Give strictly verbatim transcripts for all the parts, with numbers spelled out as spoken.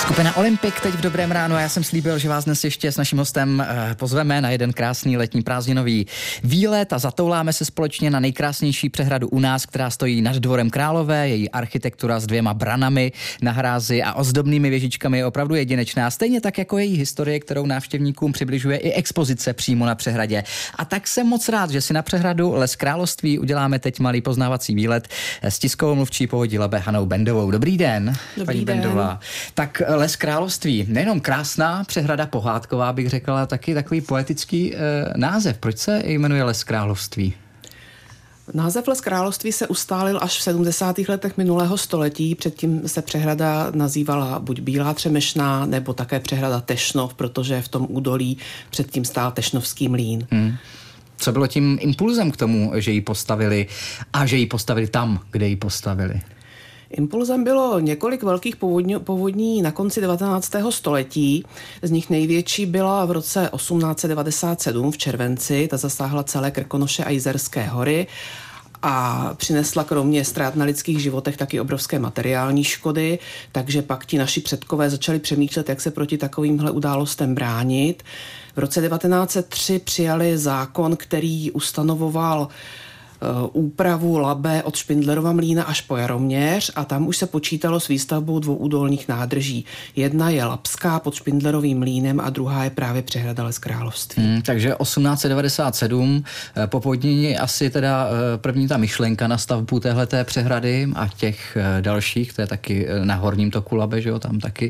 Skupina Olympik teď v Dobrém ránu a já jsem slíbil, že vás dnes ještě s naším hostem pozveme na jeden krásný letní prázdninový výlet a zatouláme se společně na nejkrásnější přehradu u nás, která stojí nad Dvorem Králové. Její architektura s dvěma branami na hrázi a ozdobnými věžičkami je opravdu jedinečná, stejně tak jako její historie, kterou návštěvníkům přibližuje i expozice přímo na přehradě. A tak jsem moc rád, že si na přehradu Les Království uděláme teď malý poznávací výlet s tiskovou mluvčí Povodí Labe Hanou Bendovou. Dobrý den, Dobrý paní den. Bendová. Tak Les Království, nejenom krásná přehrada pohádková, bych řekla, taky takový poetický e, název. Proč se jmenuje Les Království? Název Les Království se ustálil až v sedmdesátých letech minulého století. Předtím se přehrada nazývala buď Bílá Třemešná, nebo také přehrada Tešnov, protože v tom údolí předtím stál Tešnovský mlýn. Hmm. Co bylo tím impulzem k tomu, že ji postavili a že ji postavili tam, kde ji postavili? Impulzem bylo několik velkých povodní, povodní na konci devatenáctého století. Z nich největší byla v roce osmnáct set devadesát sedm v červenci. Ta zasáhla celé Krkonoše a Jizerské hory a přinesla kromě ztrát na lidských životech taky obrovské materiální škody, takže pak ti naši předkové začali přemýšlet, jak se proti takovýmhle událostem bránit. V roce devatenáct set tři přijali zákon, který ustanovoval úpravu Labe od Špindlerova mlýna až po Jaroměř a tam už se počítalo s výstavbou dvou údolních nádrží. Jedna je Labská pod Špindlerovým mlýnem a druhá je právě přehrada Les Království. Hmm, takže osmnáct set devadesát sedm, po povodní asi teda první ta myšlenka na stavbu téhleté přehrady a těch dalších, to je taky na horním toku Labe, že jo, tam taky.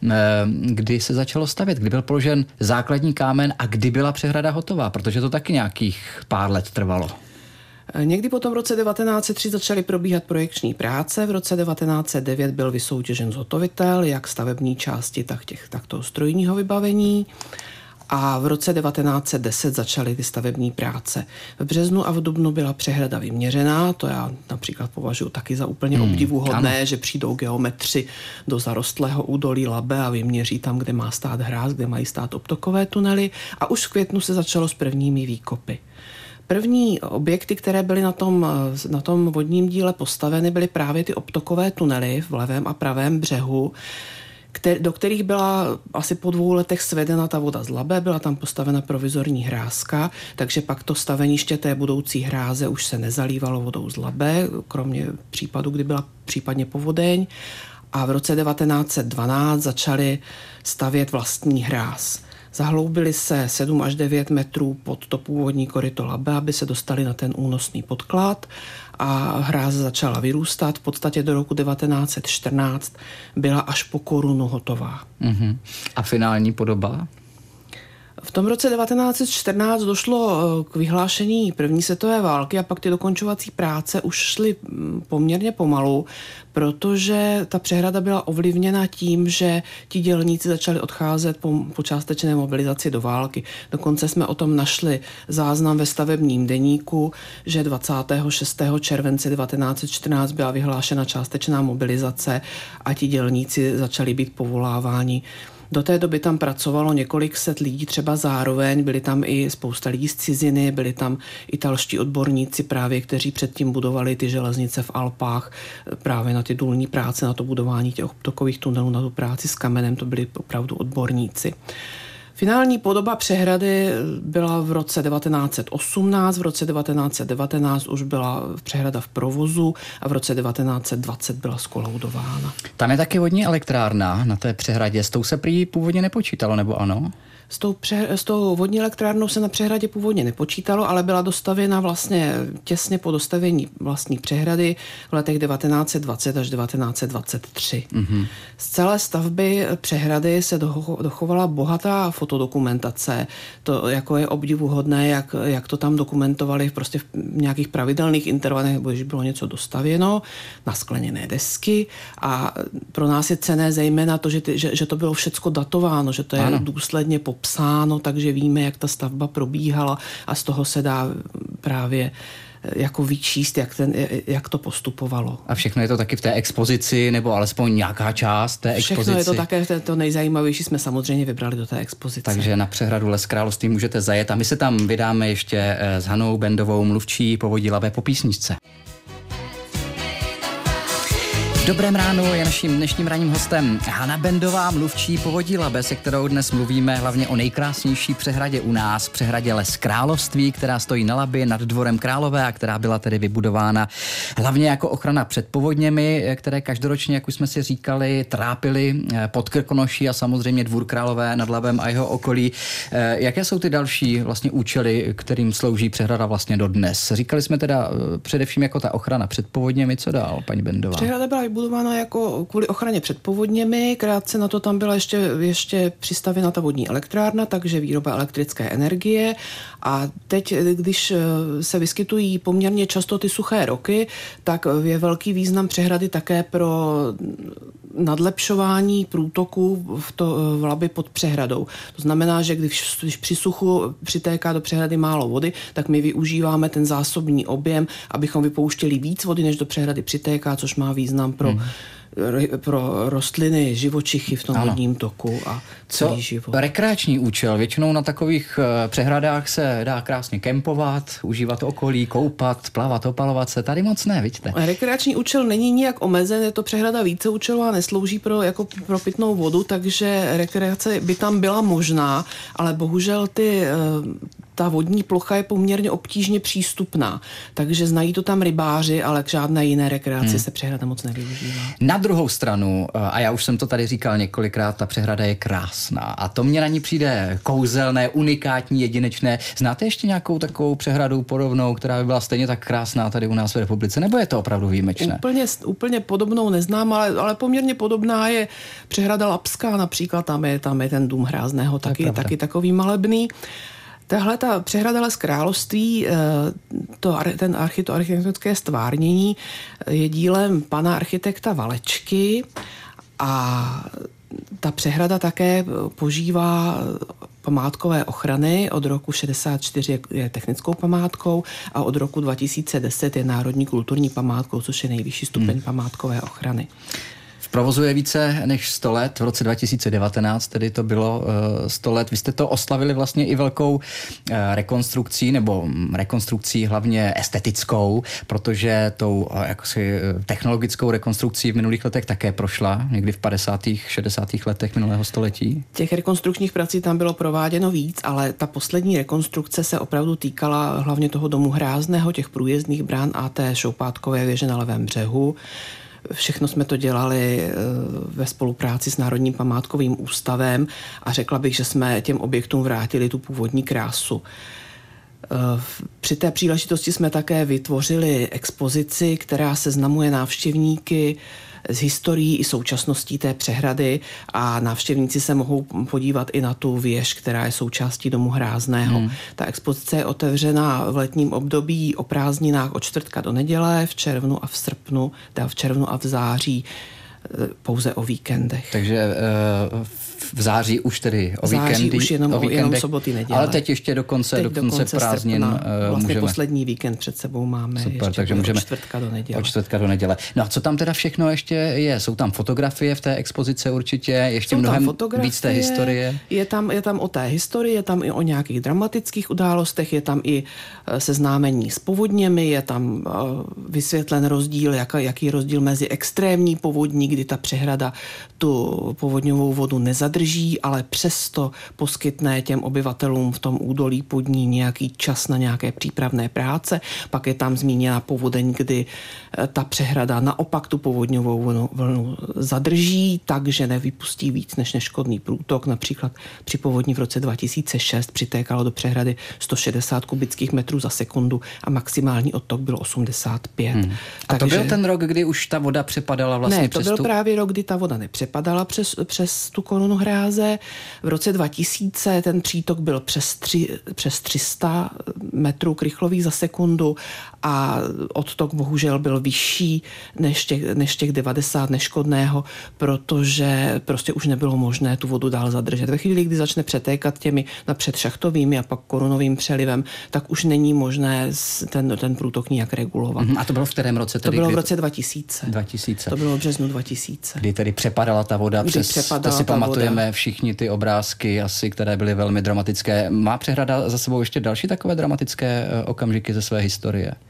Kdy se začalo stavět, kdy byl položen základní kámen a kdy byla přehrada hotová, protože to taky nějakých pár let trvalo. Někdy potom v roce devatenáct set tři začaly probíhat projekční práce, v roce devatenáct set devět byl vysoutěžen zhotovitel, jak stavební části, tak, těch, tak toho strojního vybavení a v roce devatenáct set deset začaly ty stavební práce. V březnu a v dubnu byla přehrada vyměřená, to já například považuji taky za úplně hmm, obdivuhodné, ano. Že přijdou geometři do zarostlého údolí Labe a vyměří tam, kde má stát hráz, kde mají stát obtokové tunely a už v květnu se začalo s prvními výkopy. První objekty, které byly na tom, na tom vodním díle postaveny, byly právě ty obtokové tunely v levém a pravém břehu, kter, do kterých byla asi po dvou letech svedena ta voda z Labe, byla tam postavena provizorní hrázka, takže pak to staveniště té budoucí hráze už se nezalívalo vodou z Labe, kromě případu, kdy byla případně povodeň. A v roce devatenáct set dvanáct začali stavět vlastní hráz. Zahloubili se sedm až devět metrů pod to původní koryto Labe, aby se dostali na ten únosný podklad a hráz začala vyrůstat. V podstatě do roku devatenáct set čtrnáct byla až po korunu hotová. Uh-huh. A finální podoba? V tom roce devatenáct set čtrnáct došlo k vyhlášení první světové války a pak ty dokončovací práce už šly poměrně pomalu, protože ta přehrada byla ovlivněna tím, že ti dělníci začali odcházet po, po částečné mobilizaci do války. Dokonce jsme o tom našli záznam ve stavebním deníku, že dvacátého šestého července devatenáct set čtrnáct byla vyhlášena částečná mobilizace a ti dělníci začali být povoláváni. Do té doby tam pracovalo několik set lidí třeba zároveň, byli tam i spousta lidí z ciziny, byli tam italští odborníci právě, kteří předtím budovali ty železnice v Alpách, právě na ty důlní práce, na to budování těch obtokových tunelů, na tu práci s kamenem, to byli opravdu odborníci. Finální podoba přehrady byla v roce devatenáct set osmnáct, v roce devatenáct set devatenáct už byla přehrada v provozu a v roce devatenáct set dvacet byla zkolaudována. Tam je taky vodní elektrárna na té přehradě, s tou se prý původně nepočítalo, nebo ano? S tou, pře- s tou vodní elektrárnou se na přehradě původně nepočítalo, ale byla dostavěna vlastně těsně po dostavení vlastní přehrady v letech devatenáct set dvacet až devatenáct set dvacet tři. Mm-hmm. Z celé stavby přehrady se docho- dochovala bohatá fotodokumentace. To jako je obdivuhodné, jak, jak to tam dokumentovali prostě v nějakých pravidelných intervalech, nebo když bylo něco dostavěno na skleněné desky a pro nás je cenné zejména to, že, ty, že, že to bylo všecko datováno, že to je ano. důsledně po psáno, takže víme, jak ta stavba probíhala a z toho se dá právě jako vyčíst, jak, ten, jak to postupovalo. A všechno je to taky v té expozici, nebo alespoň nějaká část té expozici? Všechno je to také, to nejzajímavější jsme samozřejmě vybrali do té expozice. Takže na přehradu Les Království můžete zajet a my se tam vydáme ještě s Hanou Bendovou, mluvčí Povodí Labe po písničce. Dobrém ránu je naším dnešním ranním hostem Hana Bendová, mluvčí Povodí Labe, se kterou dnes mluvíme hlavně o nejkrásnější přehradě u nás, přehradě Les Království, která stojí na Labi nad dvorem Králové a která byla tedy vybudována hlavně jako ochrana před povodněmi, které každoročně, jak už jsme si říkali, trápily pod Krkonoší a samozřejmě dvůr Králové nad Labem a jeho okolí. Jaké jsou ty další vlastně účely, kterým slouží přehrada vlastně dodnes? Říkali jsme teda především jako ta ochrana před povodněmi, co dál, paní Bendová? Přehrada byla vybudována jako kvůli ochraně před povodněmi, krátce na to tam byla ještě, ještě přistavěna ta vodní elektrárna, takže výroba elektrické energie a teď, když se vyskytují poměrně často ty suché roky, tak je velký význam přehrady také pro nadlepšování průtoku v, to, v Labi pod přehradou. To znamená, že když, když při suchu přitéká do přehrady málo vody, tak my využíváme ten zásobní objem, abychom vypouštěli víc vody, než do přehrady přitéká, což má význam pro hmm. pro rostliny, živočichy v tom ano. vodním toku a celý Co život. Rekreační účel? Většinou na takových přehradách se dá krásně kempovat, užívat okolí, koupat, plavat, opalovat se. Tady moc ne, vidíte. Rekreační účel není nijak omezen, je to přehrada víceúčelová, neslouží pro, jako pro pitnou vodu, takže rekreace by tam byla možná, ale bohužel ty ta vodní plocha je poměrně obtížně přístupná, takže znají to tam rybáři, ale k žádné jiné rekreaci hmm. se přehrada moc nevyužívá. Na druhou stranu, a já už jsem to tady říkal několikrát, ta přehrada je krásná a to mně na ní přijde kouzelné, unikátní, jedinečné. Znáte ještě nějakou takovou přehradu podobnou, která by byla stejně tak krásná tady u nás v republice, nebo je to opravdu výjimečné? Úplně, úplně podobnou neznám, ale, ale poměrně podobná je přehrada Labská například, tam je, tam je ten dům Hrázného, taky, taky takový malebný. Tahle ta přehrada Les Království, to, ten archi, to architektonické stvárnění je dílem pana architekta Valečky a ta přehrada také požívá památkové ochrany. Od roku šedesát čtyři je technickou památkou a od roku dva tisíce deset je národní kulturní památkou, což je nejvyšší stupeň hmm. památkové ochrany. V provozu je více než sto let, v roce dva tisíce devatenáct tedy to bylo uh, sto let. Vy jste to oslavili vlastně i velkou uh, rekonstrukcí, nebo rekonstrukcí hlavně estetickou, protože tou uh, jakosi, technologickou rekonstrukcí v minulých letech také prošla, někdy v padesátých, šedesátých letech minulého století. Těch rekonstrukčních prací tam bylo prováděno víc, ale ta poslední rekonstrukce se opravdu týkala hlavně toho domu Hrázného, těch průjezdných brán a té šoupátkové věže na levém břehu. Všechno jsme to dělali ve spolupráci s Národním památkovým ústavem a řekla bych, že jsme těm objektům vrátili tu původní krásu. Při té příležitosti jsme také vytvořili expozici, která seznamuje návštěvníky s historií i současností té přehrady a návštěvníci se mohou podívat i na tu věž, která je součástí domu Hrázného. Hmm. Ta expozice je otevřená v letním období o prázdninách od čtvrtka do neděle, v červnu a v srpnu, teda v červnu a v září pouze o víkendech. Takže v září už tedy o víkendy. V září už jenom, o jenom soboty, neděle. Ale teď ještě do konce, teď do konce, do konce prázdnin srpna, vlastně můžeme. Poslední víkend před sebou máme. Super, ještě takže můžeme od čtvrtka do neděle. Od čtvrtka do neděle. No a co tam teda všechno ještě je? Jsou tam fotografie v té expozice určitě, ještě Jsou mnohem víc té historie. Je tam, je tam o té historii, je tam i o nějakých dramatických událostech, je tam i seznámení s povodněmi, je tam vysvětlen rozdíl, jak, jaký je rozdíl mezi extrémní povodní, kdy ta přehrada tu povodňovou vodu nezadrží, ale přesto poskytne těm obyvatelům v tom údolí pod ní nějaký čas na nějaké přípravné práce. Pak je tam zmíněna povodeň, kdy ta přehrada naopak tu povodňovou vlnu, vlnu zadrží, takže nevypustí víc než neškodný průtok. Například při povodni v roce dva tisíce šest přitékalo do přehrady sto šedesát kubických metrů za sekundu a maximální odtok byl osmdesát pět. Hmm. A takže... to byl ten rok, kdy už ta voda přepadala vlastně ne, přes to byl tu... právě rok, kdy ta voda nepřepadala přes, přes tu korunu hráze. V roce dva tisíce ten přítok byl přes, tři, přes tři sta metrů krychlových za sekundu a odtok bohužel byl vyšší než těch, než těch devadesát neškodného, protože prostě už nebylo možné tu vodu dál zadržet. Ve chvíli, kdy začne přetékat těmi napřed šachtovými a pak korunovým přelivem, tak už není možné ten, ten průtok nijak regulovat. Mm-hmm. A to bylo v kterém roce? Tedy, to bylo kdy... v roce dva tisíce. dva tisíce. To bylo v březnu dva tisíce. Kdy tedy přepadala ta voda kdy přes... To si pamatujeme voda. Všichni ty obrázky asi, které byly velmi dramatické. Má přehrada za sebou ještě další takové dramatické okamžiky ze své historie?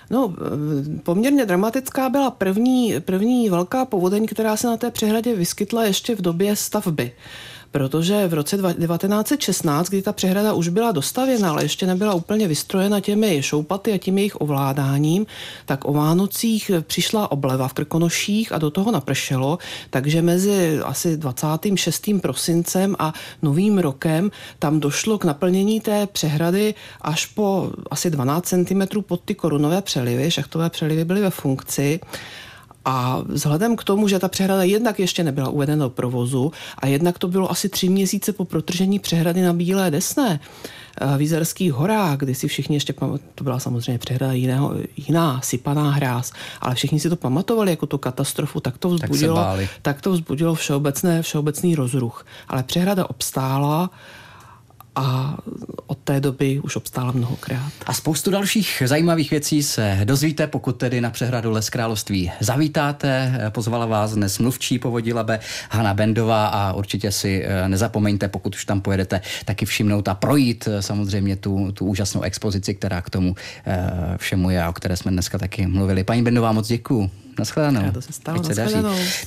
No, poměrně dramatická byla první, první velká povodeň, která se na té přehradě vyskytla ještě v době stavby. Protože v roce devatenáct set šestnáct, kdy ta přehrada už byla dostavěna, ale ještě nebyla úplně vystrojena těmi šoupaty a tím jejich ovládáním, tak o Vánocích přišla obleva v Krkonoších a do toho napršelo, takže mezi asi dvacátým šestým prosincem a Novým rokem tam došlo k naplnění té přehrady až po asi dvanáct centimetrů pod ty korunové přelivy, šachtové přelivy byly ve funkci. A vzhledem k tomu, že ta přehrada jednak ještě nebyla uvedena do provozu a jednak to bylo asi tři měsíce po protržení přehrady na Bílé Desné v Jizerských horách, kdy si všichni ještě pamatovali, to byla samozřejmě přehrada jiného, jiná, sypaná hráz, ale všichni si to pamatovali jako tu katastrofu, tak to vzbudilo, tak, tak to vzbudilo všeobecné, všeobecný rozruch. Ale přehrada obstála a od té doby už obstála mnohokrát. A spoustu dalších zajímavých věcí se dozvíte, pokud tedy na přehradu Les Království zavítáte. Pozvala vás dnes mluvčí Povodí Labe Hana Bendová a určitě si nezapomeňte, pokud už tam pojedete, taky všimnout a projít samozřejmě tu, tu úžasnou expozici, která k tomu všemu je a o které jsme dneska taky mluvili. Paní Bendová, moc děkuju. Naschledanou. Já to se stalo, naschledanou.